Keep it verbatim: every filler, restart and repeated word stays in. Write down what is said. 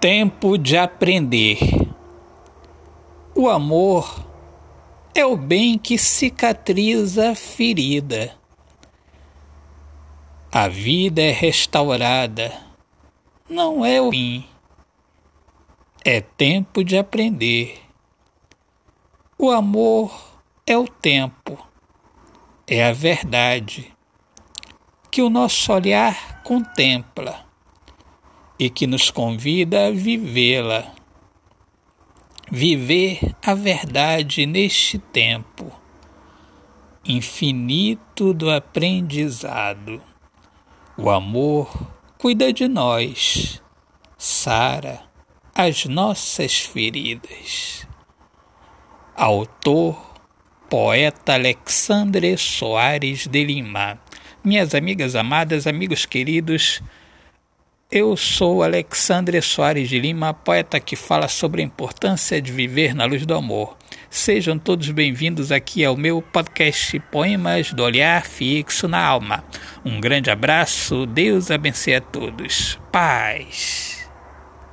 Tempo de aprender. O amor é o bem que cicatriza a ferida. A vida é restaurada, não é o fim. É tempo de aprender. O amor é o tempo, é a verdade que o nosso olhar contempla e que nos convida a vivê-la. Viver a verdade neste tempo infinito do aprendizado. O amor cuida de nós, sara as nossas feridas. Autor, poeta Alexandre Soares de Lima. Minhas amigas amadas, amigos queridos, eu sou Alexandre Soares de Lima, poeta que fala sobre a importância de viver na luz do amor. Sejam todos bem-vindos aqui ao meu podcast Poemas do Olhar Fixo na Alma. Um grande abraço, Deus abençoe a todos. Paz.